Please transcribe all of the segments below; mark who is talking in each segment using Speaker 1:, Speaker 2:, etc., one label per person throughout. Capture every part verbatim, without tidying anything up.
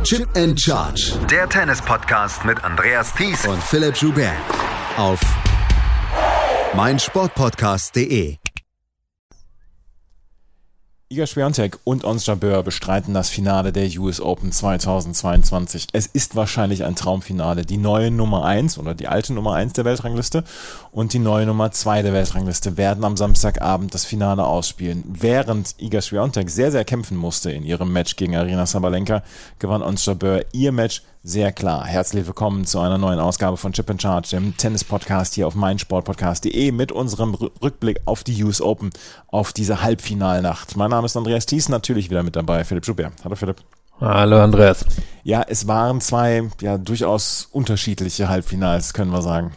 Speaker 1: Chip and Charge.
Speaker 2: Der Tennis-Podcast mit Andreas Thies
Speaker 1: und Philipp Joubert. Auf meinsportpodcast punkt de.
Speaker 3: Iga Swiatek und Ons Jabeur bestreiten das Finale der U S Open zweitausendzweiundzwanzig. Es ist wahrscheinlich ein Traumfinale. Die neue Nummer eins oder die alte Nummer eins der Weltrangliste und die neue Nummer zwei der Weltrangliste werden am Samstagabend das Finale ausspielen. Während Iga Swiatek sehr, sehr kämpfen musste in ihrem Match gegen Aryna Sabalenka, gewann Ons Jabeur ihr Match sehr klar. Herzlich willkommen zu einer neuen Ausgabe von Chip and Charge, dem Tennis-Podcast hier auf meinsportpodcast punkt de mit unserem Rückblick auf die U S Open, auf diese Halbfinalnacht. Mein Name ist Andreas Thies, natürlich wieder mit dabei, Philipp Joubert. Hallo Philipp.
Speaker 4: Hallo Andreas.
Speaker 3: Ja, es waren zwei ja durchaus unterschiedliche Halbfinals, können wir sagen.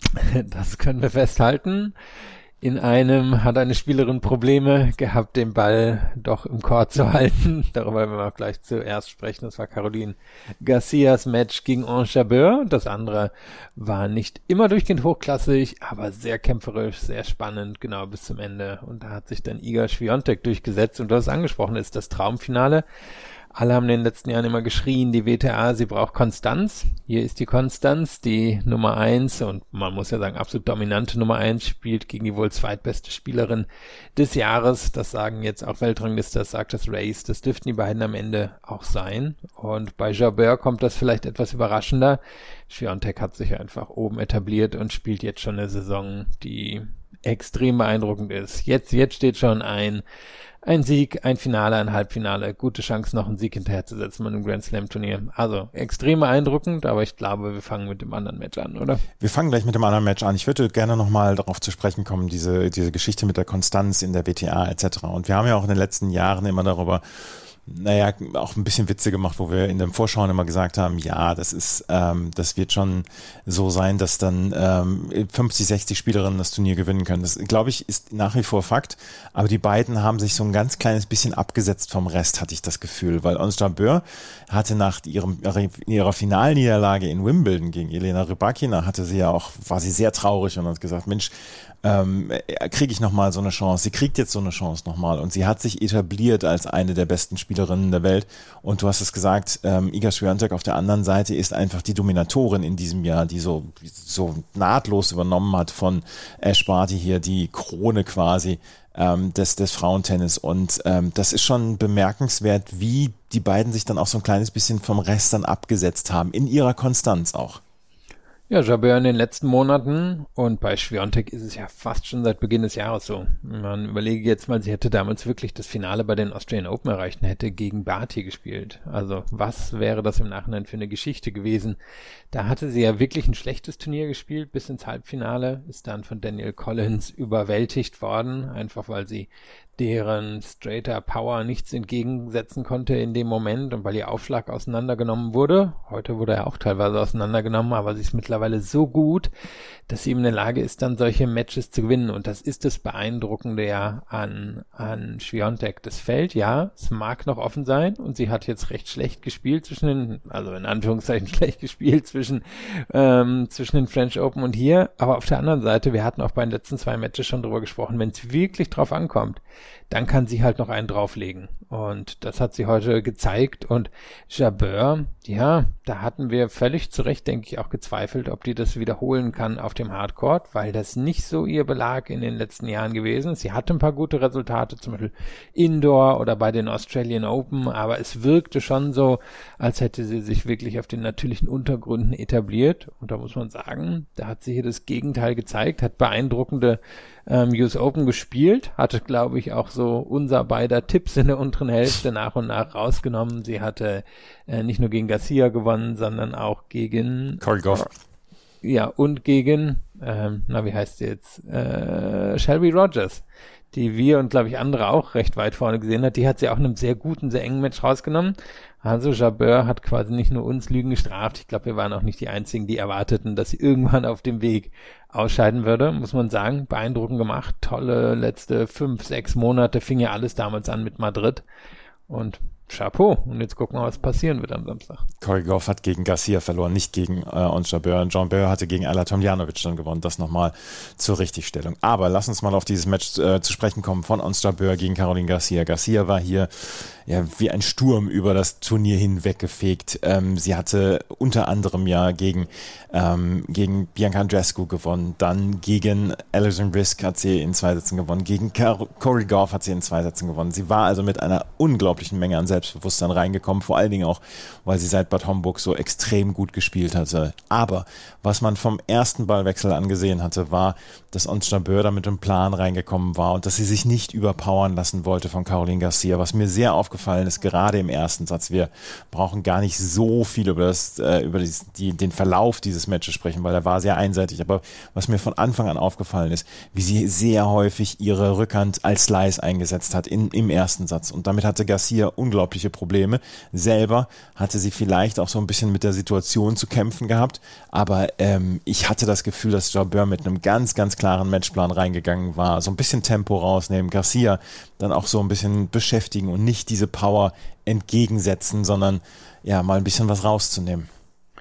Speaker 4: Das können wir festhalten. In einem hat eine Spielerin Probleme gehabt, den Ball doch im Court zu halten. Darüber werden wir auch gleich zuerst sprechen. Das war Caroline Garcias Match gegen Ons Jabeur. Das andere war nicht immer durchgehend hochklassig, aber sehr kämpferisch, sehr spannend, genau bis zum Ende. Und da hat sich dann Iga Swiatek durchgesetzt. Und du hast es angesprochen, ist das Traumfinale. Alle haben in den letzten Jahren immer geschrien, die W T A, sie braucht Konstanz. Hier ist die Konstanz, die Nummer eins und man muss ja sagen, absolut dominante Nummer eins, spielt gegen die wohl zweitbeste Spielerin des Jahres. Das sagen jetzt auch Weltrangliste, das sagt das Race. Das dürften die beiden am Ende auch sein. Und bei Jabeur kommt das vielleicht etwas überraschender. Swiatek hat sich einfach oben etabliert und spielt jetzt schon eine Saison, die extrem beeindruckend ist. Jetzt, jetzt steht schon ein Ein Sieg, ein Finale, ein Halbfinale, gute Chance, noch einen Sieg hinterherzusetzen bei einem Grand Slam Turnier. Also extrem beeindruckend, aber ich glaube, wir fangen mit dem anderen Match an, oder?
Speaker 3: Wir fangen gleich mit dem anderen Match an. Ich würde gerne nochmal darauf zu sprechen kommen, diese, diese Geschichte mit der Konstanz in der W T A et cetera. Und wir haben ja auch in den letzten Jahren immer darüber naja, auch ein bisschen Witze gemacht, wo wir in den Vorschauen immer gesagt haben, ja, das ist, ähm, das wird schon so sein, dass dann ähm, fünfzig, sechzig Spielerinnen das Turnier gewinnen können. Das, glaube ich, ist nach wie vor Fakt, aber die beiden haben sich so ein ganz kleines bisschen abgesetzt vom Rest, hatte ich das Gefühl, weil Ons Jabeur hatte nach ihrem, ihrer Finalniederlage in Wimbledon gegen Elena Rybakina, hatte sie ja auch, war sie sehr traurig und hat gesagt, Mensch, Ähm, kriege ich nochmal so eine Chance. Sie kriegt jetzt so eine Chance nochmal und sie hat sich etabliert als eine der besten Spielerinnen der Welt und du hast es gesagt, ähm, Iga Swiatek auf der anderen Seite ist einfach die Dominatorin in diesem Jahr, die so, so nahtlos übernommen hat von Ash Barty hier, die Krone quasi ähm, des, des Frauentennis und ähm, das ist schon bemerkenswert, wie die beiden sich dann auch so ein kleines bisschen vom Rest dann abgesetzt haben, in ihrer Konstanz auch.
Speaker 4: Ja, Jabeur in den letzten Monaten und bei Swiatek ist es ja fast schon seit Beginn des Jahres so. Man überlege jetzt mal, sie hätte damals wirklich das Finale bei den Australian Open erreicht und hätte gegen Barty gespielt. Also was wäre das im Nachhinein für eine Geschichte gewesen? Da hatte sie ja wirklich ein schlechtes Turnier gespielt bis ins Halbfinale, ist dann von Danielle Collins überwältigt worden, einfach weil sie deren straighter Power nichts entgegensetzen konnte in dem Moment und weil ihr Aufschlag auseinandergenommen wurde. Heute wurde er auch teilweise auseinandergenommen, aber sie ist mittlerweile so gut, dass sie eben in der Lage ist, dann solche Matches zu gewinnen. Und das ist das Beeindruckende ja an, an Swiatek. Das Feld, ja, es mag noch offen sein und sie hat jetzt recht schlecht gespielt zwischen den, also in Anführungszeichen schlecht gespielt zwischen, ähm, zwischen den French Open und hier. Aber auf der anderen Seite, wir hatten auch bei den letzten zwei Matches schon drüber gesprochen, wenn es wirklich drauf ankommt, dann kann sie halt noch einen drauflegen. Und das hat sie heute gezeigt. Und Jabeur, ja, da hatten wir völlig zu Recht, denke ich, auch gezweifelt, ob die das wiederholen kann auf dem Hardcourt, weil das nicht so ihr Belag in den letzten Jahren gewesen ist. Sie hatte ein paar gute Resultate, zum Beispiel Indoor oder bei den Australian Open, aber es wirkte schon so, als hätte sie sich wirklich auf den natürlichen Untergründen etabliert. Und da muss man sagen, da hat sie hier das Gegenteil gezeigt, hat beeindruckende ähm, U S Open gespielt, hatte, glaube ich, auch so unser beider Tipps in der unteren Hälfte nach und nach rausgenommen. Sie hatte äh, nicht nur gegen Garcia gewonnen, sondern auch gegen
Speaker 3: Corey Goff.
Speaker 4: Ja, und gegen, ähm, na, wie heißt sie jetzt? Äh, Shelby Rogers, die wir und, glaube ich, andere auch recht weit vorne gesehen hat. Die hat sie auch in einem sehr guten, sehr engen Match rausgenommen. Also Jabeur hat quasi nicht nur uns Lügen gestraft. Ich glaube, wir waren auch nicht die Einzigen, die erwarteten, dass sie irgendwann auf dem Weg ausscheiden würde, muss man sagen. Beeindruckend gemacht. Tolle letzte fünf, sechs Monate. Fing ja alles damals an mit Madrid. Und Chapeau. Und jetzt gucken wir, was passieren wird am Samstag.
Speaker 3: Corey Goff hat gegen Garcia verloren, nicht gegen äh, Ons Jabeur. Und John Bear hatte gegen Ala Tomljanovic dann gewonnen. Das nochmal zur Richtigstellung. Aber lass uns mal auf dieses Match äh, zu sprechen kommen von Ons Jabeur gegen Caroline Garcia. Garcia war hier ja wie ein Sturm über das Turnier hinweggefegt. Ähm, sie hatte unter anderem ja gegen, ähm, gegen Bianca Andreescu gewonnen, dann gegen Alison Risk hat sie in zwei Sätzen gewonnen, gegen Car- Corey Goff hat sie in zwei Sätzen gewonnen. Sie war also mit einer unglaublichen Menge an Selbstbewusstsein reingekommen, vor allen Dingen auch, weil sie seit Bad Homburg so extrem gut gespielt hatte. Aber was man vom ersten Ballwechsel angesehen hatte, war, dass Ons Jabeur da mit einem Plan reingekommen war und dass sie sich nicht überpowern lassen wollte von Caroline Garcia, was mir sehr aufgefallen ist, gerade im ersten Satz. Wir brauchen gar nicht so viel über, das, äh, über die, die, den Verlauf dieses Matches sprechen, weil er war sehr einseitig. Aber was mir von Anfang an aufgefallen ist, wie sie sehr häufig ihre Rückhand als Slice eingesetzt hat in, im ersten Satz. Und damit hatte Garcia unglaubliche Probleme. Selber hatte sie vielleicht auch so ein bisschen mit der Situation zu kämpfen gehabt, aber ähm, ich hatte das Gefühl, dass Jabeur mit einem ganz, ganz klaren Matchplan reingegangen war. So ein bisschen Tempo rausnehmen, Garcia dann auch so ein bisschen beschäftigen und nicht diese Power entgegensetzen, sondern ja, mal ein bisschen was rauszunehmen.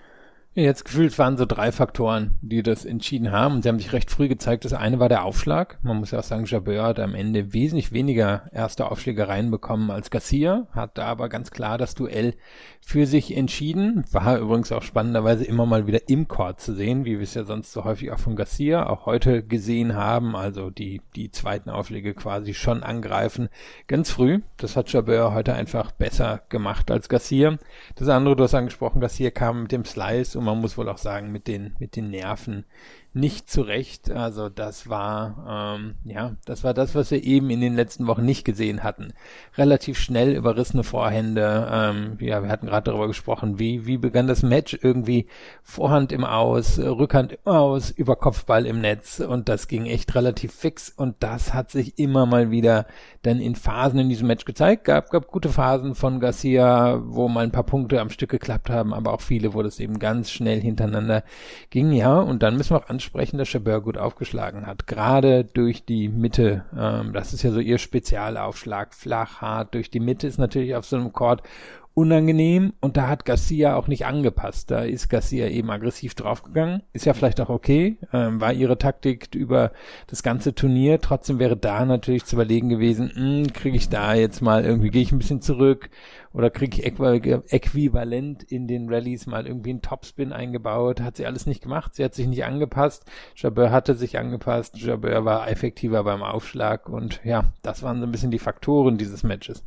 Speaker 4: Jetzt gefühlt waren so drei Faktoren, die das entschieden haben. Und sie haben sich recht früh gezeigt. Das eine war der Aufschlag. Man muss ja auch sagen, Jabeur hat am Ende wesentlich weniger erste Aufschläge reinbekommen als Garcia, hat da aber ganz klar das Duell für sich entschieden. War übrigens auch spannenderweise immer mal wieder im Court zu sehen, wie wir es ja sonst so häufig auch von Garcia auch heute gesehen haben. Also die, die zweiten Aufschläge quasi schon angreifen. Ganz früh. Das hat Jabeur heute einfach besser gemacht als Garcia. Das andere, du hast angesprochen, Garcia kam mit dem Slice und man muss wohl auch sagen, mit den, mit den Nerven nicht zurecht. Also das war, ähm, ja, das war das, was wir eben in den letzten Wochen nicht gesehen hatten. Relativ schnell überrissene Vorhände. Ähm, ja, wir hatten gerade darüber gesprochen, wie, wie begann das Match irgendwie Vorhand im Aus, Rückhand im Aus, über Kopfball im Netz und das ging echt relativ fix und das hat sich immer mal wieder dann in Phasen in diesem Match gezeigt. Gab, gab gute Phasen von Garcia, wo mal ein paar Punkte am Stück geklappt haben, aber auch viele, wo das eben ganz schnell hintereinander ging. Ja, und dann müssen wir auch ansprechen, dass Jabeur gut aufgeschlagen hat. Gerade durch die Mitte. Ähm, das ist ja so ihr Spezialaufschlag. Flach, hart. Durch die Mitte ist natürlich auf so einem Court unangenehm und da hat Garcia auch nicht angepasst. Da ist Garcia eben aggressiv draufgegangen. Ist ja vielleicht auch okay. Ähm, war ihre Taktik über das ganze Turnier. Trotzdem wäre da natürlich zu überlegen gewesen, kriege ich da jetzt mal irgendwie, gehe ich ein bisschen zurück oder kriege ich äqu- äquivalent in den Rallyes mal irgendwie einen Topspin eingebaut. Hat sie alles nicht gemacht. Sie hat sich nicht angepasst. Jabeur hatte sich angepasst. Jabeur war effektiver beim Aufschlag und ja, das waren so ein bisschen die Faktoren dieses Matches.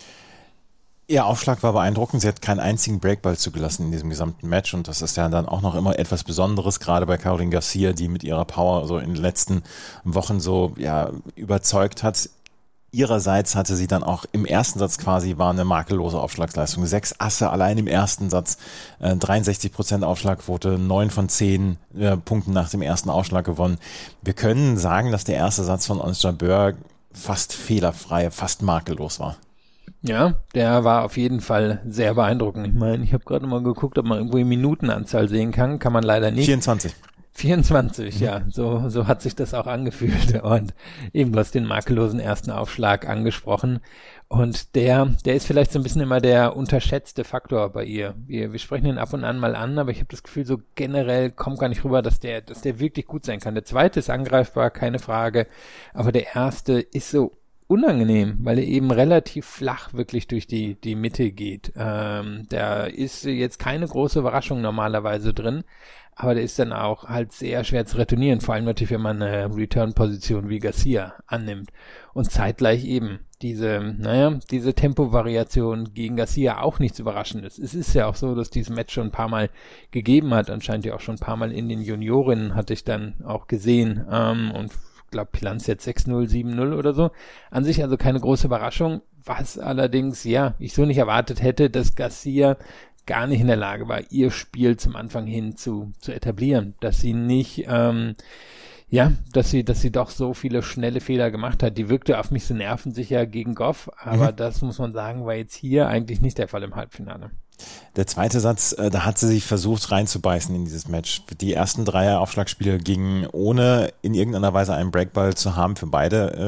Speaker 3: Ihr Aufschlag war beeindruckend. Sie hat keinen einzigen Breakball zugelassen in diesem gesamten Match und das ist ja dann auch noch immer etwas Besonderes, gerade bei Caroline Garcia, die mit ihrer Power so in den letzten Wochen so ja überzeugt hat. Ihrerseits hatte sie dann auch im ersten Satz quasi, war eine makellose Aufschlagsleistung. Sechs Asse allein im ersten Satz, äh, dreiundsechzig Prozent Aufschlagquote, neun von zehn äh, Punkten nach dem ersten Aufschlag gewonnen. Wir können sagen, dass der erste Satz von Ons Jabeur fast fehlerfrei, fast makellos war.
Speaker 4: Ja, der war auf jeden Fall sehr beeindruckend. Ich meine, ich habe gerade mal geguckt, ob man irgendwo die Minutenanzahl sehen kann. Kann man leider nicht.
Speaker 3: vierundzwanzig.
Speaker 4: vierundzwanzig, ja, so, so hat sich das auch angefühlt. Und eben, du hast den makellosen ersten Aufschlag angesprochen. Und der, der ist vielleicht so ein bisschen immer der unterschätzte Faktor bei ihr. Wir, wir sprechen ihn ab und an mal an, aber ich habe das Gefühl, so generell kommt gar nicht rüber, dass der, dass der wirklich gut sein kann. Der zweite ist angreifbar, keine Frage. Aber der erste ist so unangenehm, weil er eben relativ flach wirklich durch die, die Mitte geht. Ähm, da ist jetzt keine große Überraschung normalerweise drin, aber der ist dann auch halt sehr schwer zu retournieren, vor allem natürlich, wenn man eine Return-Position wie Garcia annimmt. Und zeitgleich eben diese, naja, diese Tempovariation gegen Garcia auch nichts Überraschendes. Es ist ja auch so, dass dieses Match schon ein paar Mal gegeben hat, anscheinend ja auch schon ein paar Mal in den Juniorinnen, hatte ich dann auch gesehen, ähm, und ich glaube, Bilanz jetzt sechs null, sieben null oder so. An sich also keine große Überraschung, was allerdings, ja, ich so nicht erwartet hätte, dass Garcia gar nicht in der Lage war, ihr Spiel zum Anfang hin zu, zu etablieren. Dass sie nicht, ähm, ja, dass sie, dass sie doch so viele schnelle Fehler gemacht hat. Die wirkte auf mich so nervensicher gegen Goff, aber mhm. das muss man sagen, war jetzt hier eigentlich nicht der Fall im Halbfinale.
Speaker 3: Der zweite Satz, äh, da hat sie sich versucht reinzubeißen in dieses Match. Die ersten drei Aufschlagspiele gingen ohne in irgendeiner Weise einen Breakball zu haben für beide, äh,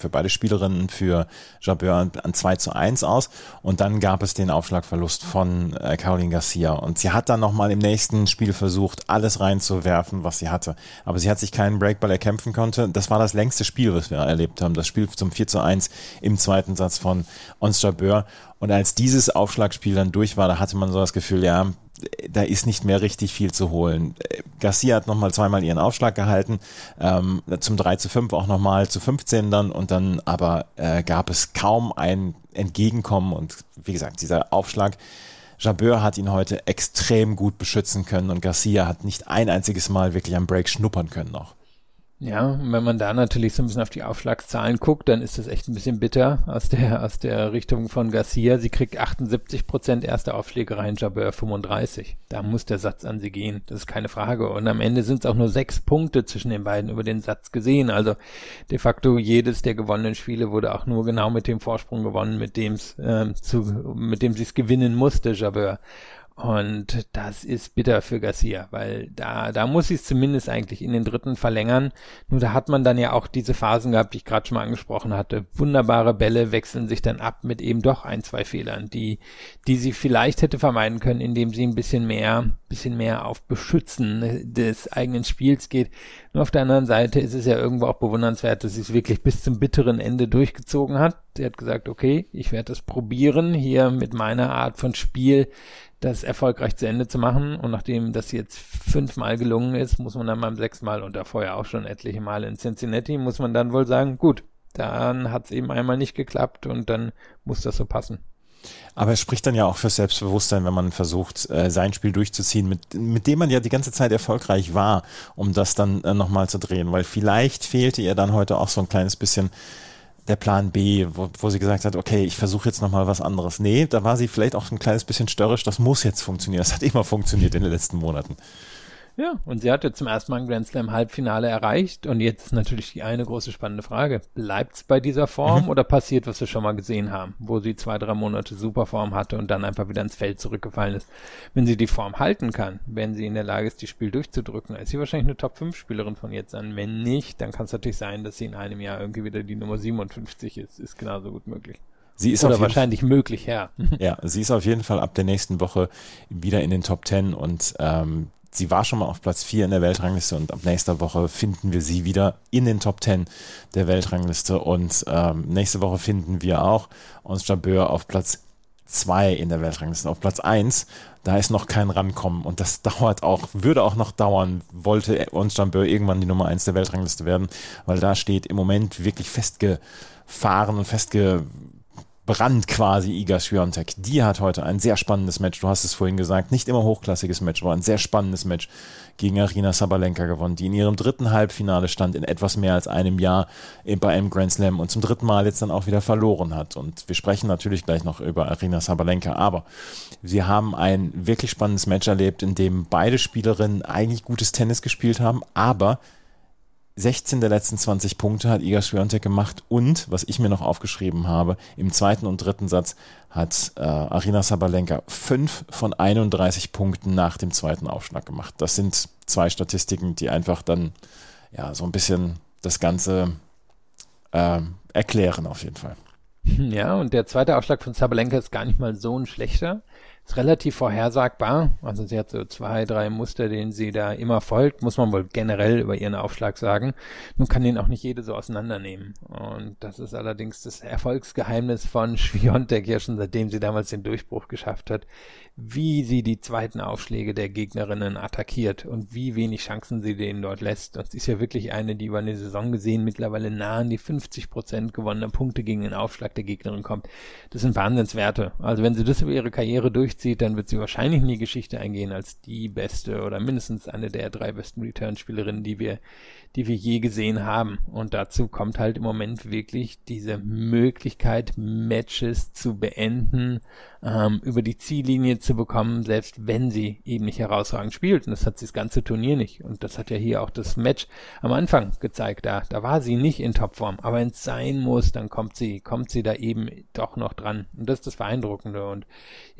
Speaker 3: für beide Spielerinnen, für Jabeur an zwei zu eins aus. Und dann gab es den Aufschlagverlust von äh, Caroline Garcia. Und sie hat dann nochmal im nächsten Spiel versucht, alles reinzuwerfen, was sie hatte. Aber sie hat sich keinen Breakball erkämpfen konnte. Das war das längste Spiel, was wir erlebt haben. Das Spiel zum vier zu eins im zweiten Satz von Ons Jabeur. Und als dieses Aufschlagspiel dann durch war, da hatte man so das Gefühl, ja, da ist nicht mehr richtig viel zu holen. Garcia hat nochmal zweimal ihren Aufschlag gehalten, ähm, zum drei zu fünf auch nochmal zu fünfzehn dann und dann aber äh, gab es kaum ein Entgegenkommen und wie gesagt, dieser Aufschlag, Jabeur hat ihn heute extrem gut beschützen können und Garcia hat nicht ein einziges Mal wirklich am Break schnuppern können noch.
Speaker 4: Ja, und wenn man da natürlich so ein bisschen auf die Aufschlagszahlen guckt, dann ist das echt ein bisschen bitter aus der aus der Richtung von Garcia. Sie kriegt achtundsiebzig Prozent erste Aufschläge rein, Jabeur fünfunddreißig. Da muss der Satz an sie gehen, das ist keine Frage. Und am Ende sind es auch nur sechs Punkte zwischen den beiden über den Satz gesehen. Also de facto jedes der gewonnenen Spiele wurde auch nur genau mit dem Vorsprung gewonnen, mit dem es ähm, zu mit dem sie es gewinnen musste, Jabeur. Und das ist bitter für Garcia, weil da da muss sie es zumindest eigentlich in den dritten verlängern. Nur da hat man dann ja auch diese Phasen gehabt, die ich gerade schon mal angesprochen hatte. Wunderbare Bälle wechseln sich dann ab mit eben doch ein, zwei Fehlern, die die sie vielleicht hätte vermeiden können, indem sie ein bisschen mehr bisschen mehr auf Beschützen des eigenen Spiels geht. Nur auf der anderen Seite ist es ja irgendwo auch bewundernswert, dass sie es wirklich bis zum bitteren Ende durchgezogen hat. Sie hat gesagt, okay, ich werde das probieren, hier mit meiner Art von Spiel das erfolgreich zu Ende zu machen. Und nachdem das jetzt fünfmal gelungen ist, muss man dann beim sechsten Mal und da vorher auch schon etliche Male in Cincinnati, muss man dann wohl sagen, gut, dann hat es eben einmal nicht geklappt und dann muss das so passen.
Speaker 3: Aber es spricht dann ja auch fürs Selbstbewusstsein, wenn man versucht, äh, sein Spiel durchzuziehen, mit, mit dem man ja die ganze Zeit erfolgreich war, um das dann äh, nochmal zu drehen. Weil vielleicht fehlte ihr dann heute auch so ein kleines bisschen der Plan B, wo, wo sie gesagt hat, okay, ich versuche jetzt nochmal was anderes. Nee, da war sie vielleicht auch ein kleines bisschen störrisch, das muss jetzt funktionieren. Das hat immer funktioniert in den letzten Monaten.
Speaker 4: Ja, und sie hat jetzt zum ersten Mal ein Grand Slam Halbfinale erreicht und jetzt ist natürlich die eine große spannende Frage. Bleibt's bei dieser Form mhm. oder passiert, was wir schon mal gesehen haben, wo sie zwei, drei Monate Superform hatte und dann einfach wieder ins Feld zurückgefallen ist? Wenn sie die Form halten kann, wenn sie in der Lage ist, das Spiel durchzudrücken, ist sie wahrscheinlich eine Top fünf Spielerin von jetzt an. Wenn nicht, dann kann es natürlich sein, dass sie in einem Jahr irgendwie wieder die Nummer siebenundfünfzig ist. Ist genauso gut möglich.
Speaker 3: Sie ist
Speaker 4: Oder
Speaker 3: auf
Speaker 4: wahrscheinlich Fall, möglich, ja.
Speaker 3: Ja, sie ist auf jeden Fall ab der nächsten Woche wieder in den Top Ten und ähm, sie war schon mal auf Platz vier in der Weltrangliste und ab nächster Woche finden wir sie wieder in den Top Ten der Weltrangliste und ähm, nächste Woche finden wir auch Ons Jabeur auf Platz zwei in der Weltrangliste. Auf Platz eins, da ist noch kein Rankommen und das dauert auch, würde auch noch dauern, wollte Ons Jabeur irgendwann die Nummer eins der Weltrangliste werden, weil da steht im Moment wirklich festgefahren und festge Brand quasi Iga Swiatek. Die hat heute ein sehr spannendes Match, du hast es vorhin gesagt, nicht immer hochklassiges Match, aber ein sehr spannendes Match gegen Aryna Sabalenka gewonnen, die in ihrem dritten Halbfinale stand in etwas mehr als einem Jahr bei einem Grand Slam und zum dritten Mal jetzt dann auch wieder verloren hat. Und wir sprechen natürlich gleich noch über Aryna Sabalenka, aber wir haben ein wirklich spannendes Match erlebt, in dem beide Spielerinnen eigentlich gutes Tennis gespielt haben, aber sechzehn der letzten zwanzig Punkte hat Iga Swiatek gemacht und, was ich mir noch aufgeschrieben habe, im zweiten und dritten Satz hat äh, Aryna Sabalenka fünf von einunddreißig Punkten nach dem zweiten Aufschlag gemacht. Das sind zwei Statistiken, die einfach dann ja so ein bisschen das Ganze äh, erklären auf jeden Fall.
Speaker 4: Ja, und der zweite Aufschlag von Sabalenka ist gar nicht mal so ein schlechter. Ist relativ vorhersagbar. Also sie hat so zwei, drei Muster, denen sie da immer folgt, muss man wohl generell über ihren Aufschlag sagen. Nun kann den auch nicht jede so auseinandernehmen. Und das ist allerdings das Erfolgsgeheimnis von Swiatek ja schon seitdem sie damals den Durchbruch geschafft hat, wie sie die zweiten Aufschläge der Gegnerinnen attackiert und wie wenig Chancen sie denen dort lässt. Und sie ist ja wirklich eine, die über eine Saison gesehen mittlerweile nah an die fünfzig Prozent gewonnener Punkte gegen den Aufschlag der Gegnerin kommt. Das sind Wahnsinnswerte. Also wenn sie das über ihre Karriere durchzieht, dann wird sie wahrscheinlich in die Geschichte eingehen als die beste oder mindestens eine der drei besten Return-Spielerinnen, die wir, die wir je gesehen haben. Und dazu kommt halt im Moment wirklich diese Möglichkeit, Matches zu beenden, ähm, über die Ziellinie zu bekommen, selbst wenn sie eben nicht herausragend spielt. Und das hat sie das ganze Turnier nicht. Und das hat ja hier auch das Match am Anfang gezeigt. Da, da war sie nicht in Topform. Aber wenn es sein muss, dann kommt sie, kommt sie da eben doch noch dran. Und das ist das Beeindruckende. Und ja, ich glaube,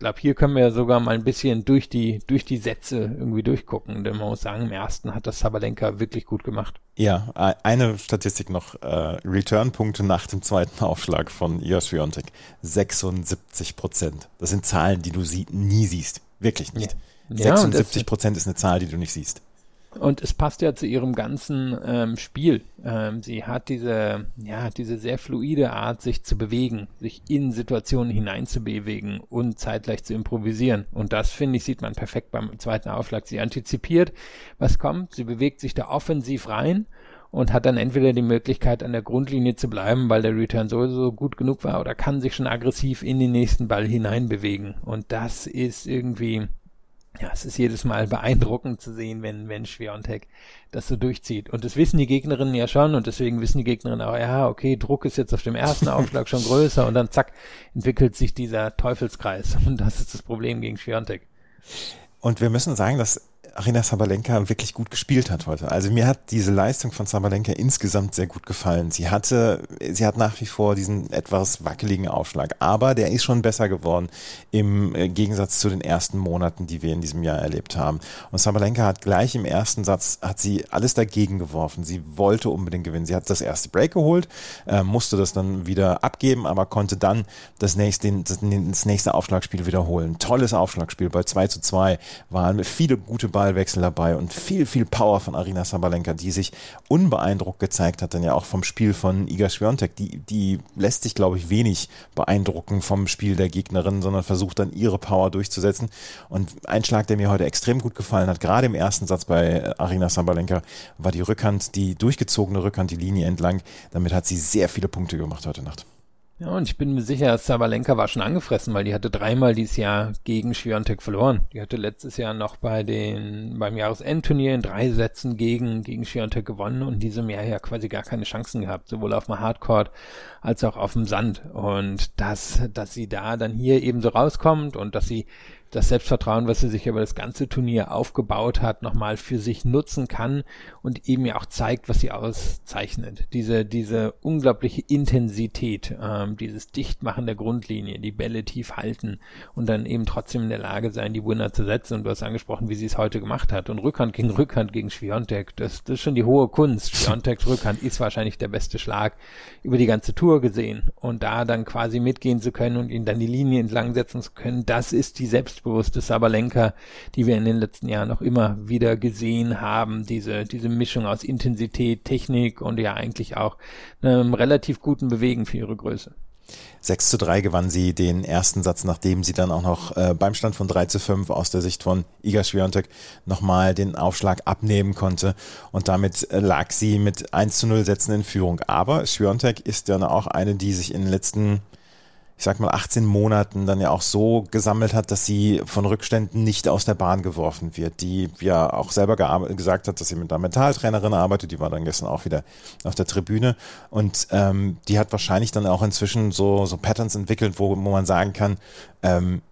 Speaker 4: glaube, hier können wir ja sogar mal ein bisschen durch die, durch die Sätze irgendwie durchgucken, denn man muss sagen, im ersten hat das Sabalenka wirklich gut gemacht.
Speaker 3: Ja, eine Statistik noch, äh, Return-Punkte nach dem zweiten Aufschlag von Iga Swiatek, sechsundsiebzig Prozent. Das sind Zahlen, die du sie- nie siehst, wirklich nicht.
Speaker 4: Ja.
Speaker 3: sechsundsiebzig Prozent ist eine Zahl, die du nicht siehst.
Speaker 4: Und es passt ja zu ihrem ganzen ähm, Spiel. Ähm, sie hat diese, ja, diese sehr fluide Art, sich zu bewegen, sich in Situationen hineinzubewegen und zeitgleich zu improvisieren. Und das, finde ich, sieht man perfekt beim zweiten Aufschlag. Sie antizipiert, was kommt, sie bewegt sich da offensiv rein und hat dann entweder die Möglichkeit, an der Grundlinie zu bleiben, weil der Return sowieso gut genug war, oder kann sich schon aggressiv in den nächsten Ball hineinbewegen. Und das ist irgendwie... Ja, es ist jedes Mal beeindruckend zu sehen, wenn, wenn Swiatek das so durchzieht. Und das wissen die Gegnerinnen ja schon und deswegen wissen die Gegnerinnen auch, ja, okay, Druck ist jetzt auf dem ersten Aufschlag schon größer und dann zack, entwickelt sich dieser Teufelskreis. Und das ist das Problem gegen Swiatek.
Speaker 3: Und wir müssen sagen, dass Aryna Sabalenka wirklich gut gespielt hat heute. Also mir hat diese Leistung von Sabalenka insgesamt sehr gut gefallen. Sie hatte, sie hat nach wie vor diesen etwas wackeligen Aufschlag, aber der ist schon besser geworden im Gegensatz zu den ersten Monaten, die wir in diesem Jahr erlebt haben. Und Sabalenka hat gleich im ersten Satz, hat sie alles dagegen geworfen. Sie wollte unbedingt gewinnen. Sie hat das erste Break geholt, äh, musste das dann wieder abgeben, aber konnte dann das nächste, das, das nächste Aufschlagspiel wiederholen. Tolles Aufschlagspiel bei zwei zu zwei, waren viele gute Ballwechsel dabei und viel, viel Power von Aryna Sabalenka, die sich unbeeindruckt gezeigt hat, dann ja auch vom Spiel von Iga Swiatek. Die, die lässt sich, glaube ich, wenig beeindrucken vom Spiel der Gegnerin, sondern versucht dann ihre Power durchzusetzen. Und ein Schlag, der mir heute extrem gut gefallen hat, gerade im ersten Satz bei Aryna Sabalenka, war die Rückhand, die durchgezogene Rückhand, die Linie entlang. Damit hat sie sehr viele Punkte gemacht heute Nacht.
Speaker 4: Ja, und ich bin mir sicher, Sabalenka war schon angefressen, weil die hatte dreimal dieses Jahr gegen Swiatek verloren. Die hatte letztes Jahr noch bei den, beim Jahresendturnier in drei Sätzen gegen, gegen Swiatek gewonnen und in diesem Jahr ja quasi gar keine Chancen gehabt, sowohl auf dem Hardcourt als auch auf dem Sand. Und dass, dass sie da dann hier eben so rauskommt und dass sie das Selbstvertrauen, was sie sich über das ganze Turnier aufgebaut hat, nochmal für sich nutzen kann und eben ja auch zeigt, was sie auszeichnet. Diese, diese unglaubliche Intensität, ähm, dieses Dichtmachen der Grundlinie, die Bälle tief halten und dann eben trotzdem in der Lage sein, die Winner zu setzen. Und du hast angesprochen, wie sie es heute gemacht hat. Und Rückhand gegen Rückhand gegen Swiatek, das, das ist schon die hohe Kunst. Swiateks Rückhand ist wahrscheinlich der beste Schlag über die ganze Tour gesehen. Und da dann quasi mitgehen zu können und ihn dann die Linie entlang setzen zu können, das ist die Selbst bewusste Sabalenka, die wir in den letzten Jahren noch immer wieder gesehen haben. Diese, diese Mischung aus Intensität, Technik und ja eigentlich auch einem relativ guten Bewegen für ihre Größe.
Speaker 3: sechs zu drei gewann sie den ersten Satz, nachdem sie dann auch noch äh, beim Stand von drei zu fünf aus der Sicht von Iga Swiatek nochmal den Aufschlag abnehmen konnte. Und damit äh, lag sie mit eins zu null Sätzen in Führung. Aber Swiatek ist ja auch eine, die sich in den letzten ich sag mal achtzehn Monaten dann ja auch so gesammelt hat, dass sie von Rückständen nicht aus der Bahn geworfen wird, die ja auch selber gearbeitet, gesagt hat, dass sie mit einer Mentaltrainerin arbeitet, die war dann gestern auch wieder auf der Tribüne und ähm, die hat wahrscheinlich dann auch inzwischen so, so Patterns entwickelt, wo, wo man sagen kann, ähm,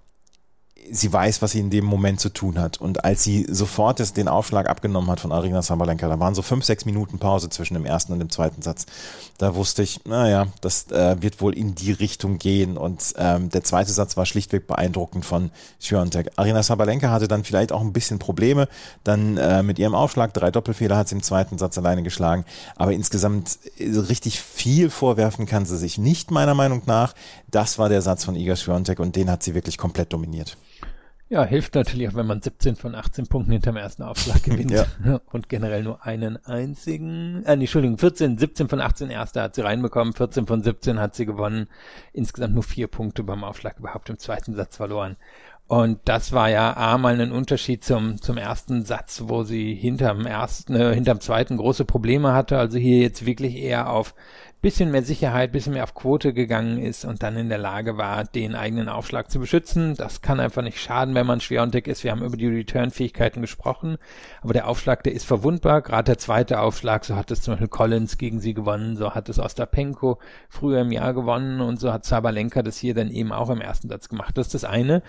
Speaker 3: sie weiß, was sie in dem Moment zu tun hat. Und als sie sofort das, den Aufschlag abgenommen hat von Aryna Sabalenka, da waren so fünf, sechs Minuten Pause zwischen dem ersten und dem zweiten Satz. Da wusste ich, naja, das äh, wird wohl in die Richtung gehen. Und ähm, der zweite Satz war schlichtweg beeindruckend von Swiatek. Aryna Sabalenka hatte dann vielleicht auch ein bisschen Probleme. Dann äh, mit ihrem Aufschlag, drei Doppelfehler hat sie im zweiten Satz alleine geschlagen. Aber insgesamt richtig viel vorwerfen kann sie sich nicht, meiner Meinung nach. Das war der Satz von Iga Swiatek und den hat sie wirklich komplett dominiert.
Speaker 4: Ja, hilft natürlich auch, wenn man siebzehn von achtzehn Punkten hinterm ersten Aufschlag gewinnt ja. Und generell nur einen einzigen, äh, nee, Entschuldigung, vierzehn, siebzehn von achtzehn erste hat sie reinbekommen, vierzehn von siebzehn hat sie gewonnen, insgesamt nur vier Punkte beim Aufschlag überhaupt im zweiten Satz verloren. Und das war ja A, mal ein Unterschied zum, zum ersten Satz, wo sie hinterm ersten, äh, hinterm zweiten große Probleme hatte, also hier jetzt wirklich eher auf bisschen mehr Sicherheit, bisschen mehr auf Quote gegangen ist und dann in der Lage war, den eigenen Aufschlag zu beschützen. Das kann einfach nicht schaden, wenn man Swiatek ist. Wir haben über die Return-Fähigkeiten gesprochen, aber der Aufschlag, der ist verwundbar. Gerade der zweite Aufschlag, so hat es zum Beispiel Collins gegen sie gewonnen, so hat es Ostapenko früher im Jahr gewonnen und so hat Sabalenka das hier dann eben auch im ersten Satz gemacht. Das ist das eine. Und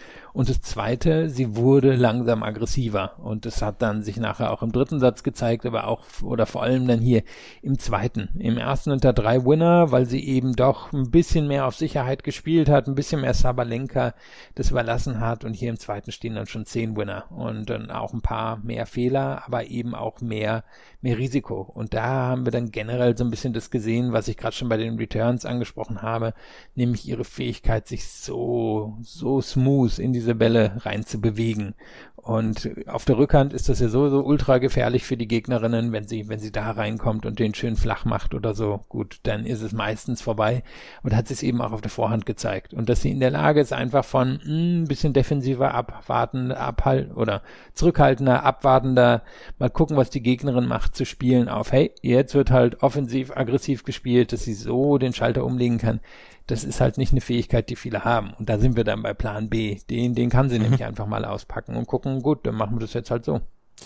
Speaker 4: Und das Zweite, sie wurde langsam aggressiver. Und das hat dann sich nachher auch im dritten Satz gezeigt, aber auch, oder vor allem dann hier im zweiten. Im ersten unter drei Winner, weil sie eben doch ein bisschen mehr auf Sicherheit gespielt hat, ein bisschen mehr Sabalenka das überlassen hat. Und hier im zweiten stehen dann schon zehn Winner. Und dann auch ein paar mehr Fehler, aber eben auch mehr, mehr Risiko. Und da haben wir dann generell so ein bisschen das gesehen, was ich gerade schon bei den Returns angesprochen habe, nämlich ihre Fähigkeit, sich so, so smooth in diese Bälle rein zu bewegen. Und auf der Rückhand ist das ja so, so ultra gefährlich für die Gegnerinnen, wenn sie, wenn sie da reinkommt und den schön flach macht oder so. Gut, dann ist es meistens vorbei. Und hat es eben auch auf der Vorhand gezeigt. Und dass sie in der Lage ist, einfach von ein bisschen defensiver, abwartender, abhalt oder zurückhaltender, abwartender, mal gucken, was die Gegnerin macht, zu spielen auf, hey, jetzt wird halt offensiv, aggressiv gespielt, dass sie so den Schalter umlegen kann. Das ist halt nicht eine Fähigkeit, die viele haben. Und da sind wir dann bei Plan B. Den, den kann sie mhm. nämlich einfach mal auspacken und gucken, gut, dann machen wir das jetzt halt so.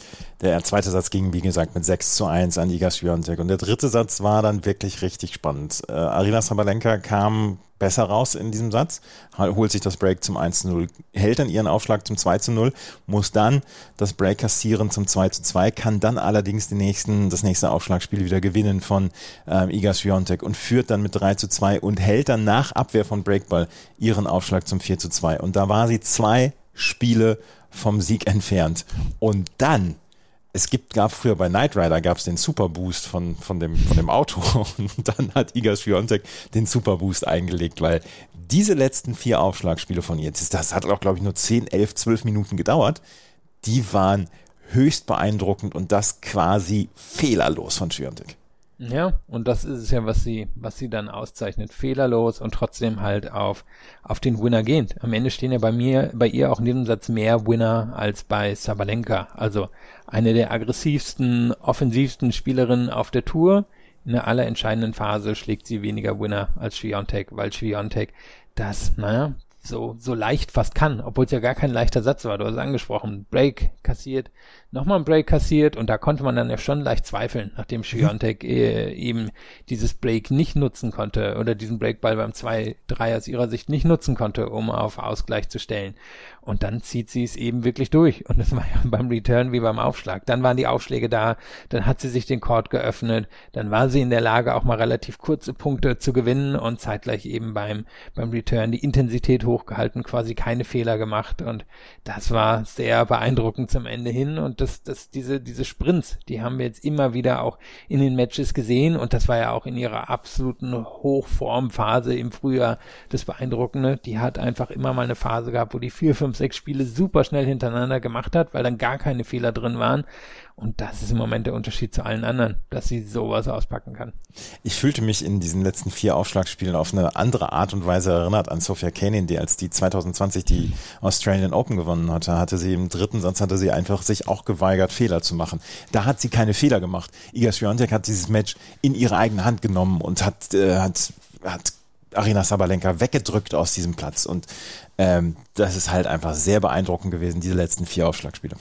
Speaker 3: Der zweite Satz ging, wie gesagt, mit sechs zu eins an Iga Swiatek. Und der dritte Satz war dann wirklich richtig spannend. Äh, Aryna Sabalenka kam besser raus in diesem Satz, holt sich das Break zum eins zu null, hält dann ihren Aufschlag zum zwei zu null, muss dann das Break kassieren zum zwei zu zwei, kann dann allerdings den nächsten, das nächste Aufschlagspiel wieder gewinnen von ähm, Iga Swiatek und führt dann mit drei zu zwei und hält dann nach Abwehr von Breakball ihren Aufschlag zum vier zu zwei. Und da war sie zwei Spiele vom Sieg entfernt. Und dann, es gibt, gab früher bei Knight Rider gab es den Superboost von, von, dem, von dem Auto und dann hat Iga Swiatek den Superboost eingelegt, weil diese letzten vier Aufschlagspiele von ihr, das, das hat auch, glaube ich, nur zehn, elf, zwölf Minuten gedauert, die waren höchst beeindruckend und das quasi fehlerlos von Swiatek.
Speaker 4: Ja, und das ist es ja, was sie, was sie dann auszeichnet. Fehlerlos und trotzdem halt auf, auf den Winner gehend. Am Ende stehen ja bei mir, bei ihr auch in diesem Satz mehr Winner als bei Sabalenka. Also eine der aggressivsten, offensivsten Spielerinnen auf der Tour. In der allerentscheidenden Phase schlägt sie weniger Winner als Swiatek, weil Swiatek das, naja, so, so leicht fast kann, obwohl es ja gar kein leichter Satz war. Du hast es angesprochen. Break kassiert, nochmal ein Break kassiert und da konnte man dann ja schon leicht zweifeln, nachdem Swiatek äh, eben dieses Break nicht nutzen konnte oder diesen Breakball beim zwei drei aus ihrer Sicht nicht nutzen konnte, um auf Ausgleich zu stellen. Und dann zieht sie es eben wirklich durch. Und das war ja beim Return wie beim Aufschlag. Dann waren die Aufschläge da, dann hat sie sich den Court geöffnet, dann war sie in der Lage, auch mal relativ kurze Punkte zu gewinnen und zeitgleich eben beim, beim Return die Intensität hochgehalten, quasi keine Fehler gemacht. Und das war sehr beeindruckend zum Ende hin. Und das, das, diese, diese Sprints, die haben wir jetzt immer wieder auch in den Matches gesehen. Und das war ja auch in ihrer absoluten Hochformphase im Frühjahr das Beeindruckende. Die hat einfach immer mal eine Phase gehabt, wo die vier, fünf, sechs Spiele super schnell hintereinander gemacht hat, weil dann gar keine Fehler drin waren. Und das ist im Moment der Unterschied zu allen anderen, dass sie sowas auspacken kann.
Speaker 3: Ich fühlte mich in diesen letzten vier Aufschlagspielen auf eine andere Art und Weise erinnert an Sofia Kenin, die als die zwanzig zwanzig die Australian Open gewonnen hatte, hatte sie im dritten Satz, hatte sie einfach sich auch geweigert, Fehler zu machen. Da hat sie keine Fehler gemacht. Iga Swiatek hat dieses Match in ihre eigene Hand genommen und hat, äh, hat, hat Aryna Sabalenka weggedrückt aus diesem Platz. Und ähm, das ist halt einfach sehr beeindruckend gewesen, diese letzten vier Aufschlagspiele.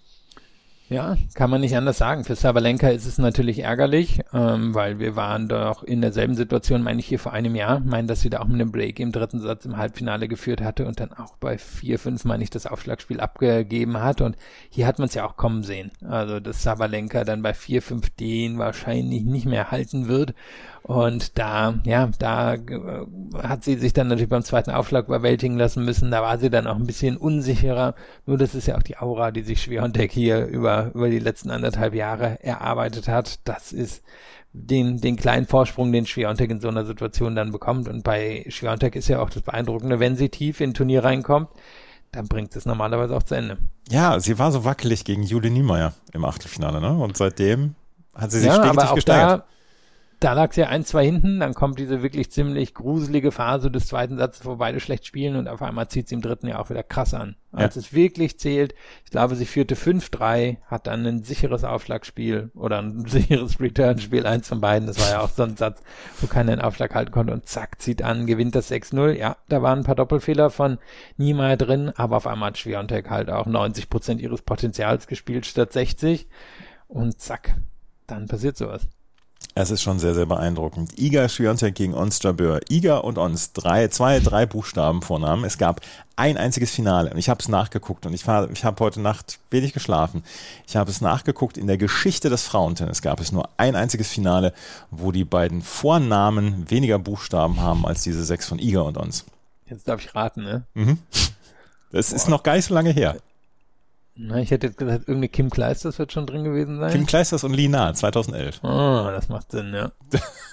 Speaker 4: Ja, kann man nicht anders sagen. Für Sabalenka ist es natürlich ärgerlich, ähm, weil wir waren doch in derselben Situation, meine ich, hier vor einem Jahr. Meine, dass sie da auch mit einem Break im dritten Satz im Halbfinale geführt hatte und dann auch bei vier fünf, meine ich, das Aufschlagspiel abgegeben hat. Und hier hat man es ja auch kommen sehen. Also, dass Sabalenka dann bei vier fünf den wahrscheinlich nicht mehr halten wird. Und da, ja, da äh, hat sie sich dann natürlich beim zweiten Aufschlag überwältigen lassen müssen. Da war sie dann auch ein bisschen unsicherer. Nur das ist ja auch die Aura, die sich Swiatek hier über über die letzten anderthalb Jahre erarbeitet hat. Das ist den den kleinen Vorsprung, den Swiatek in so einer Situation dann bekommt. Und bei Swiatek ist ja auch das Beeindruckende, wenn sie tief in ein Turnier reinkommt, dann bringt es normalerweise auch zu Ende.
Speaker 3: Ja, sie war so wackelig gegen Jule Niemeyer im Achtelfinale, ne? Und seitdem hat sie sich
Speaker 4: ja,
Speaker 3: stetig
Speaker 4: aber auch
Speaker 3: gesteigert.
Speaker 4: Da, Da lag es ja ein, zwei hinten, dann kommt diese wirklich ziemlich gruselige Phase des zweiten Satzes, wo beide schlecht spielen und auf einmal zieht sie im dritten ja auch wieder krass an. Als ja. es wirklich zählt, ich glaube, sie führte fünf drei, hat dann ein sicheres Aufschlagspiel oder ein sicheres Return-Spiel, eins von beiden, das war ja auch so ein Satz, wo keiner den Aufschlag halten konnte und zack, zieht an, gewinnt das sechs null. Ja, da waren ein paar Doppelfehler von Niemeyer drin, aber auf einmal hat Swiatek halt auch neunzig Prozent ihres Potenzials gespielt statt sechzig und zack, dann passiert sowas.
Speaker 3: Es ist schon sehr, sehr beeindruckend. Iga Swiatek gegen Ons Jabeur. Iga und Ons, drei, zwei, drei Buchstaben Vornamen. Es gab ein einziges Finale und ich habe es nachgeguckt und ich, war, ich habe heute Nacht wenig geschlafen. Ich habe es nachgeguckt, in der Geschichte des Frauentennis gab es nur ein einziges Finale, wo die beiden Vornamen weniger Buchstaben haben als diese sechs von Iga und Ons.
Speaker 4: Jetzt darf ich raten, ne?
Speaker 3: Mhm. Das Boah. ist noch gar nicht so lange her.
Speaker 4: Na, ich hätte jetzt gesagt, irgendeine Kim Kleisters wird schon drin gewesen sein.
Speaker 3: Kim Kleisters und Lina, zweitausendelf.
Speaker 4: Ah, oh, das macht Sinn, ja.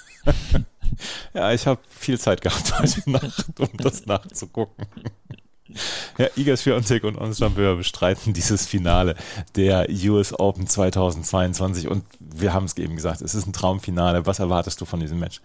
Speaker 3: Ja, ich habe viel Zeit gehabt heute Nacht, um das nachzugucken. Ja, Iga Swiatek und Ons Jabeur bestreiten dieses Finale der U S Open zweitausendzweiundzwanzig und wir haben es eben gesagt, es ist ein Traumfinale. Was erwartest du von diesem Match?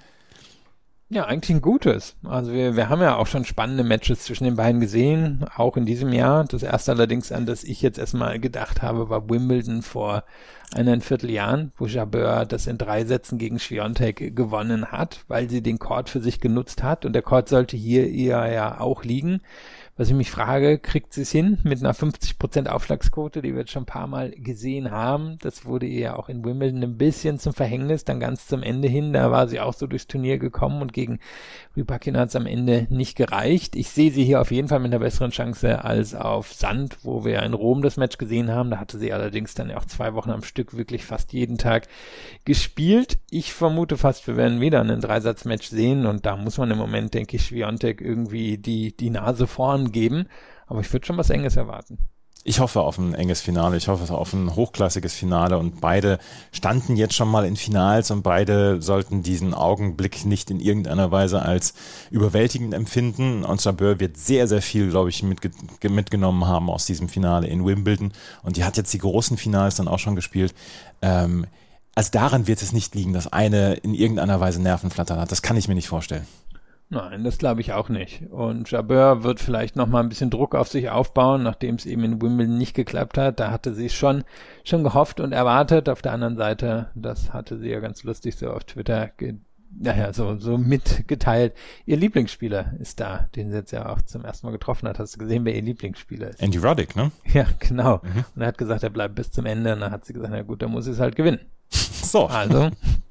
Speaker 4: Ja, eigentlich ein gutes. Also wir, wir haben ja auch schon spannende Matches zwischen den beiden gesehen, auch in diesem Jahr. Das erste allerdings, an das ich jetzt erstmal gedacht habe, war Wimbledon vor eineinviertel Jahren, wo Jabeur das in drei Sätzen gegen Swiatek gewonnen hat, weil sie den Court für sich genutzt hat und der Court sollte hier eher ja auch liegen. Was ich mich frage, kriegt sie es hin mit einer fünfzig Prozent Aufschlagsquote, die wir jetzt schon ein paar Mal gesehen haben. Das wurde ihr ja auch in Wimbledon ein bisschen zum Verhängnis, dann ganz zum Ende hin. Da war sie auch so durchs Turnier gekommen und gegen Rybakina hat es am Ende nicht gereicht. Ich sehe sie hier auf jeden Fall mit einer besseren Chance als auf Sand, wo wir in Rom das Match gesehen haben. Da hatte sie allerdings dann ja auch zwei Wochen am Stück wirklich fast jeden Tag gespielt. Ich vermute fast, wir werden wieder ein Dreisatz-Match sehen und da muss man im Moment, denke ich, Swiatek irgendwie die, die Nase vorn geben, aber ich würde schon was Enges erwarten.
Speaker 3: Ich hoffe auf ein enges Finale, ich hoffe auf ein hochklassiges Finale und beide standen jetzt schon mal in Finals und beide sollten diesen Augenblick nicht in irgendeiner Weise als überwältigend empfinden. Ons Jabeur wird sehr, sehr viel, glaube ich, mitge- mitgenommen haben aus diesem Finale in Wimbledon und die hat jetzt die großen Finals dann auch schon gespielt. Ähm, also daran wird es nicht liegen, dass eine in irgendeiner Weise Nervenflattern hat, das kann ich mir nicht vorstellen.
Speaker 4: Nein, das glaube ich auch nicht. Und Jabeur wird vielleicht noch mal ein bisschen Druck auf sich aufbauen, nachdem es eben in Wimbledon nicht geklappt hat. Da hatte sie schon schon gehofft und erwartet. Auf der anderen Seite, das hatte sie ja ganz lustig so auf Twitter ge- naja, so, so mitgeteilt. Ihr Lieblingsspieler ist da, den sie jetzt ja auch zum ersten Mal getroffen hat. Hast du gesehen, wer ihr Lieblingsspieler ist?
Speaker 3: Andy Roddick, ne?
Speaker 4: Ja, genau.
Speaker 3: Mhm.
Speaker 4: Und er hat gesagt, er bleibt bis zum Ende. Und dann hat sie gesagt, na gut, dann muss ich es halt gewinnen.
Speaker 3: So.
Speaker 4: Also...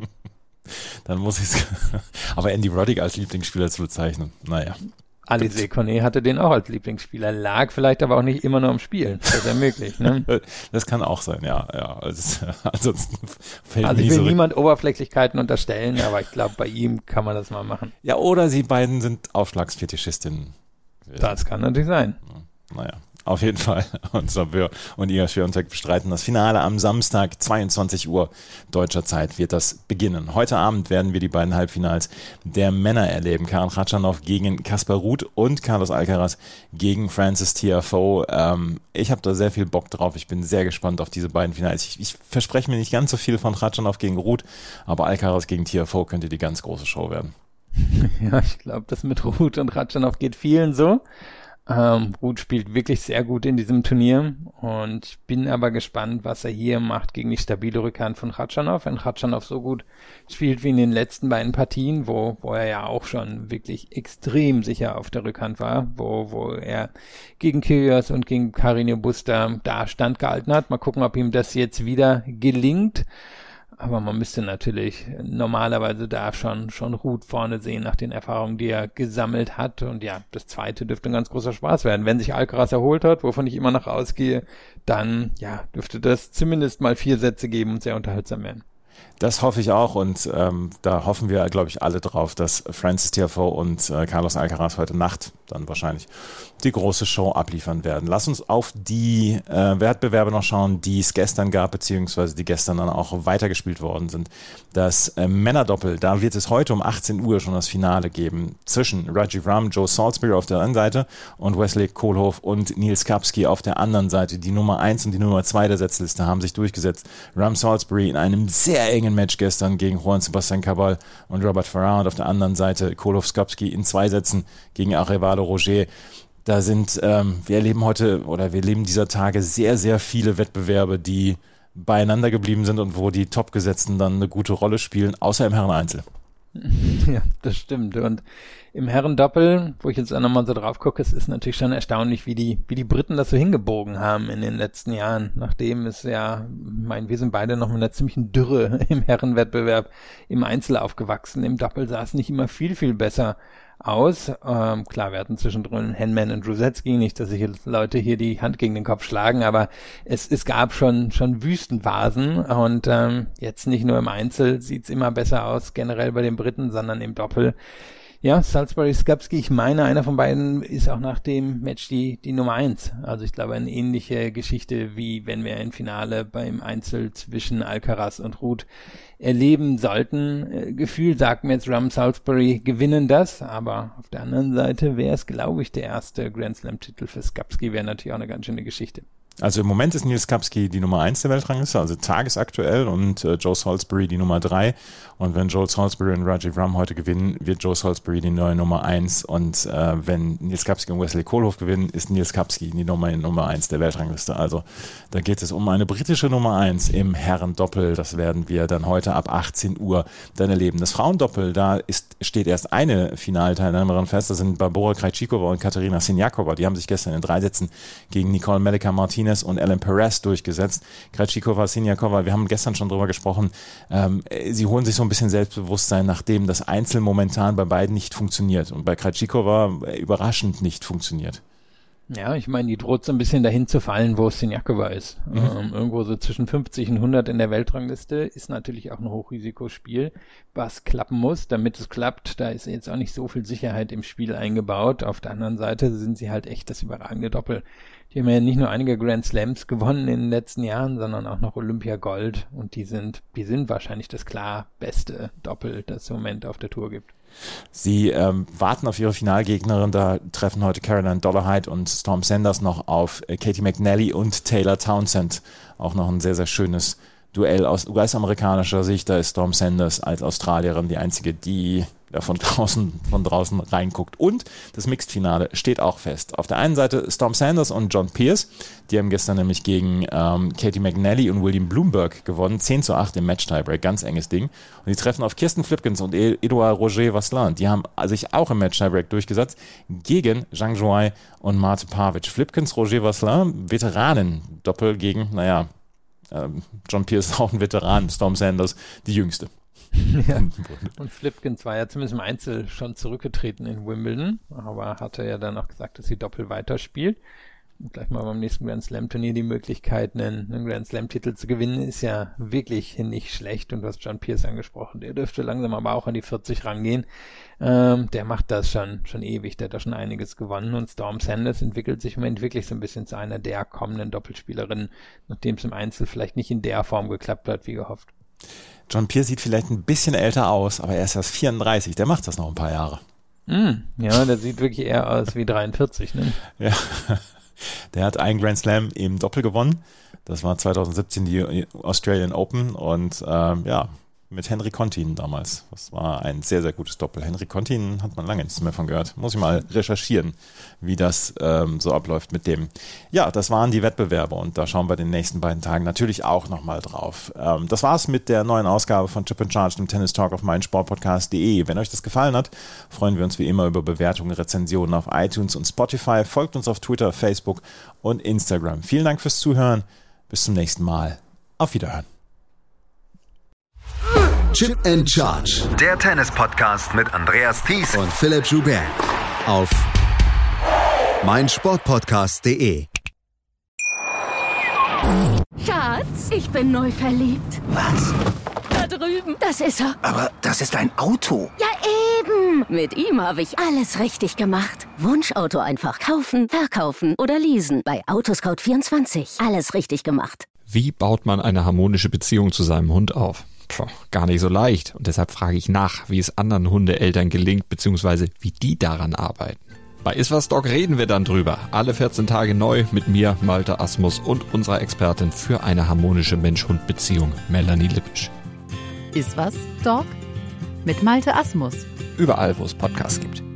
Speaker 3: Dann muss ich es, aber Andy Roddick als Lieblingsspieler zu bezeichnen, naja.
Speaker 4: Alizé Cornet hatte den auch als Lieblingsspieler, lag vielleicht aber auch nicht immer nur am Spielen. Das ist ja möglich, ne?
Speaker 3: Das kann auch sein, ja, ja. Also, ansonsten fällt
Speaker 4: also
Speaker 3: mir
Speaker 4: ich will
Speaker 3: so
Speaker 4: niemand Oberflächlichkeiten unterstellen, aber ich glaube, bei ihm kann man das mal machen.
Speaker 3: Ja, oder sie beiden sind Aufschlagsfetischistinnen.
Speaker 4: Das kann natürlich sein.
Speaker 3: Naja. Auf jeden Fall. Und Jabeur und Iga Swiatek bestreiten das Finale am Samstag, zweiundzwanzig Uhr deutscher Zeit wird das beginnen. Heute Abend werden wir die beiden Halbfinals der Männer erleben. Karen Khachanov gegen Kaspar Ruud und Carlos Alcaraz gegen Frances Tiafoe. Ähm, ich habe da sehr viel Bock drauf. Ich bin sehr gespannt auf diese beiden Finals. Ich, ich verspreche mir nicht ganz so viel von Khachanov gegen Ruud, aber Alcaraz gegen Tiafoe könnte die ganz große Show werden.
Speaker 4: Ja, ich glaube, das mit Ruud und Khachanov geht vielen so. Ähm, Ruud spielt wirklich sehr gut in diesem Turnier und bin aber gespannt, was er hier macht gegen die stabile Rückhand von Khachanov. Wenn Khachanov so gut spielt wie in den letzten beiden Partien, wo, wo er ja auch schon wirklich extrem sicher auf der Rückhand war, wo, wo er gegen Kyrgios und gegen Carreño Busta da standgehalten hat. Mal gucken, ob ihm das jetzt wieder gelingt. Aber man müsste natürlich normalerweise da schon, schon Ruud vorne sehen nach den Erfahrungen, die er gesammelt hat. Und ja, das zweite dürfte ein ganz großer Spaß werden. Wenn sich Alcaraz erholt hat, wovon ich immer noch ausgehe, dann ja, dürfte das zumindest mal vier Sätze geben und sehr unterhaltsam werden.
Speaker 3: Das hoffe ich auch und ähm, da hoffen wir, glaube ich, alle drauf, dass Frances Tiafoe und äh, Carlos Alcaraz heute Nacht dann wahrscheinlich die große Show abliefern werden. Lass uns auf die äh, Wettbewerbe noch schauen, die es gestern gab, beziehungsweise die gestern dann auch weitergespielt worden sind. Das äh, Männerdoppel, da wird es heute um achtzehn Uhr schon das Finale geben zwischen Rajiv Ram, Joe Salisbury auf der einen Seite und Wesley Koolhof und Niels Kapski auf der anderen Seite. Die Nummer eins und die Nummer zwei der Setzliste haben sich durchgesetzt. Ram Salisbury in einem sehr engen Match gestern gegen Juan Sebastian Cabal und Robert Farah und auf der anderen Seite Koolhof Skapski in zwei Sätzen gegen Arevalo Roger. Da sind, ähm, wir erleben heute oder wir erleben dieser Tage sehr, sehr viele Wettbewerbe, die beieinander geblieben sind und wo die Topgesetzten dann eine gute Rolle spielen, außer im Herreneinzel.
Speaker 4: Ja, das stimmt. Und im Herrendoppel, wo ich jetzt auch nochmal so drauf gucke, es ist natürlich schon erstaunlich, wie die, wie die Briten das so hingebogen haben in den letzten Jahren. Nachdem es ja, ich meine, wir sind beide noch mit einer ziemlichen Dürre im Herrenwettbewerb im Einzel aufgewachsen. Im Doppel sah es nicht immer viel, viel besser aus. Ähm, klar, wir hatten zwischendrin Henman und Rusedski, nicht, dass sich jetzt Leute hier die Hand gegen den Kopf schlagen, aber es, es gab schon schon Wüstenphasen und ähm, jetzt nicht nur im Einzel sieht's immer besser aus, generell bei den Briten, sondern im Doppel. Ja, Salisbury Skupski, ich meine, einer von beiden ist auch nach dem Match die die Nummer eins. Also ich glaube, eine ähnliche Geschichte, wie wenn wir ein Finale beim Einzel zwischen Alcaraz und Ruud erleben sollten. Äh, Gefühl sagt mir jetzt, Ram Salisbury gewinnen das, aber auf der anderen Seite wäre es, glaube ich, der erste Grand Slam-Titel für Skupski, wäre natürlich auch eine ganz schöne Geschichte.
Speaker 3: Also im Moment ist Niels Skupski die Nummer eins der Weltrangliste, also tagesaktuell, und äh, Joe Salisbury die Nummer drei. Und wenn Joe Salisbury und Rajiv Ram heute gewinnen, wird Joe Salisbury die neue Nummer eins. Und äh, wenn Niels Skupski und Wesley Koolhof gewinnen, ist Niels Skupski die Nummer Nummer eins der Weltrangliste. Also da geht es um eine britische Nummer eins im Herrendoppel. Das werden wir dann heute ab achtzehn Uhr dann erleben. Das Frauendoppel, da ist, steht erst eine Finalteilnehmerin fest. Das sind Barbora Krejcikova und Katerina Siniakova. Die haben sich gestern in drei Sätzen gegen Nicole Melika-Martinez und Ellen Perez durchgesetzt. Krejcikova, Siniakova, wir haben gestern schon drüber gesprochen, ähm, sie holen sich so ein bisschen Selbstbewusstsein, nachdem das Einzel momentan bei beiden nicht funktioniert und bei Krejcikova äh, überraschend nicht funktioniert.
Speaker 4: Ja, ich meine, die droht so ein bisschen dahin zu fallen, wo Siniakova ist. Mhm. Ähm, irgendwo so zwischen fünfzig und hundert in der Weltrangliste ist natürlich auch ein Hochrisikospiel, was klappen muss. Damit es klappt, da ist jetzt auch nicht so viel Sicherheit im Spiel eingebaut. Auf der anderen Seite sind sie halt echt das überragende Doppel. Die haben ja nicht nur einige Grand Slams gewonnen in den letzten Jahren, sondern auch noch Olympia Gold. Und die sind, die sind wahrscheinlich das klar beste Doppel, das es im Moment auf der Tour gibt.
Speaker 3: Sie ähm, warten auf ihre Finalgegnerin, da treffen heute Caroline Dollarhide und Storm Sanders noch auf äh, Katie McNally und Taylor Townsend. Auch noch ein sehr, sehr schönes Duell aus U S-amerikanischer Sicht. Da ist Storm Sanders als Australierin die einzige, die da von draußen, von draußen reinguckt. Und das Mixed-Finale steht auch fest. Auf der einen Seite Storm Sanders und John Pierce. Die haben gestern nämlich gegen ähm, Katie McNally und William Bloomberg gewonnen. zehn zu acht im Match-Tiebreak. Ganz enges Ding. Und die treffen auf Kirsten Flipkens und Edouard Roger Vasselin. Die haben sich auch im Match-Tiebreak durchgesetzt gegen Zhang Zhuai und Mate Pavic. Flipkens, Roger Vasselin, Veteranen-Doppel gegen, naja, ähm, John Pierce auch ein Veteran, Storm Sanders, die jüngste.
Speaker 4: Ja. Und Flipkens war ja zumindest im Einzel schon zurückgetreten in Wimbledon, aber hatte ja dann auch gesagt, dass sie Doppel weiterspielt. Und gleich mal beim nächsten Grand Slam Turnier die Möglichkeit, einen, einen Grand Slam Titel zu gewinnen, ist ja wirklich nicht schlecht. Und du hast John Pierce angesprochen, der dürfte langsam aber auch an die vierzig rangehen. Ähm, der macht das schon, schon ewig, der hat da schon einiges gewonnen. Und Storm Sanders entwickelt sich im Moment wirklich so ein bisschen zu einer der kommenden Doppelspielerinnen, nachdem es im Einzel vielleicht nicht in der Form geklappt hat, wie gehofft.
Speaker 3: John Pierce sieht vielleicht ein bisschen älter aus, aber er ist erst vierunddreißig, der macht das noch ein paar Jahre.
Speaker 4: Mm, ja, der sieht wirklich eher aus wie dreiundvierzig, ne?
Speaker 3: Ja, der hat einen Grand Slam im Doppel gewonnen. Das war zwanzig siebzehn die Australian Open und ähm, ja, mit Henry Kontin damals. Das war ein sehr, sehr gutes Doppel. Henry Kontin hat man lange nichts mehr von gehört. Muss ich mal recherchieren, wie das ähm, so abläuft mit dem. Ja, das waren die Wettbewerbe und da schauen wir den nächsten beiden Tagen natürlich auch nochmal drauf. Ähm, das war's mit der neuen Ausgabe von Chip and Charge, dem Tennis Talk auf meinsportpodcast punkt de. Wenn euch das gefallen hat, freuen wir uns wie immer über Bewertungen, Rezensionen auf iTunes und Spotify. Folgt uns auf Twitter, Facebook und Instagram. Vielen Dank fürs Zuhören. Bis zum nächsten Mal. Auf Wiederhören.
Speaker 1: Chip and Charge.
Speaker 2: Der Tennis-Podcast mit Andreas Thies
Speaker 1: und Philipp Joubert. Auf meinsportpodcast punkt de.
Speaker 5: Schatz, ich bin neu verliebt.
Speaker 6: Was?
Speaker 5: Da drüben. Das ist er.
Speaker 6: Aber das ist ein Auto.
Speaker 5: Ja, eben. Mit ihm habe ich alles richtig gemacht. Wunschauto einfach kaufen, verkaufen oder leasen. Bei Autoscout vierundzwanzig. Alles richtig gemacht.
Speaker 7: Wie baut man eine harmonische Beziehung zu seinem Hund auf? Puh, gar nicht so leicht. Und deshalb frage ich nach, wie es anderen Hundeeltern gelingt, beziehungsweise wie die daran arbeiten. Bei Iswas Dog reden wir dann drüber. Alle vierzehn Tage neu mit mir, Malte Asmus und unserer Expertin für eine harmonische Mensch-Hund-Beziehung, Melanie Lippisch.
Speaker 8: Iswas Dog mit Malte Asmus.
Speaker 7: Überall, wo es Podcasts gibt.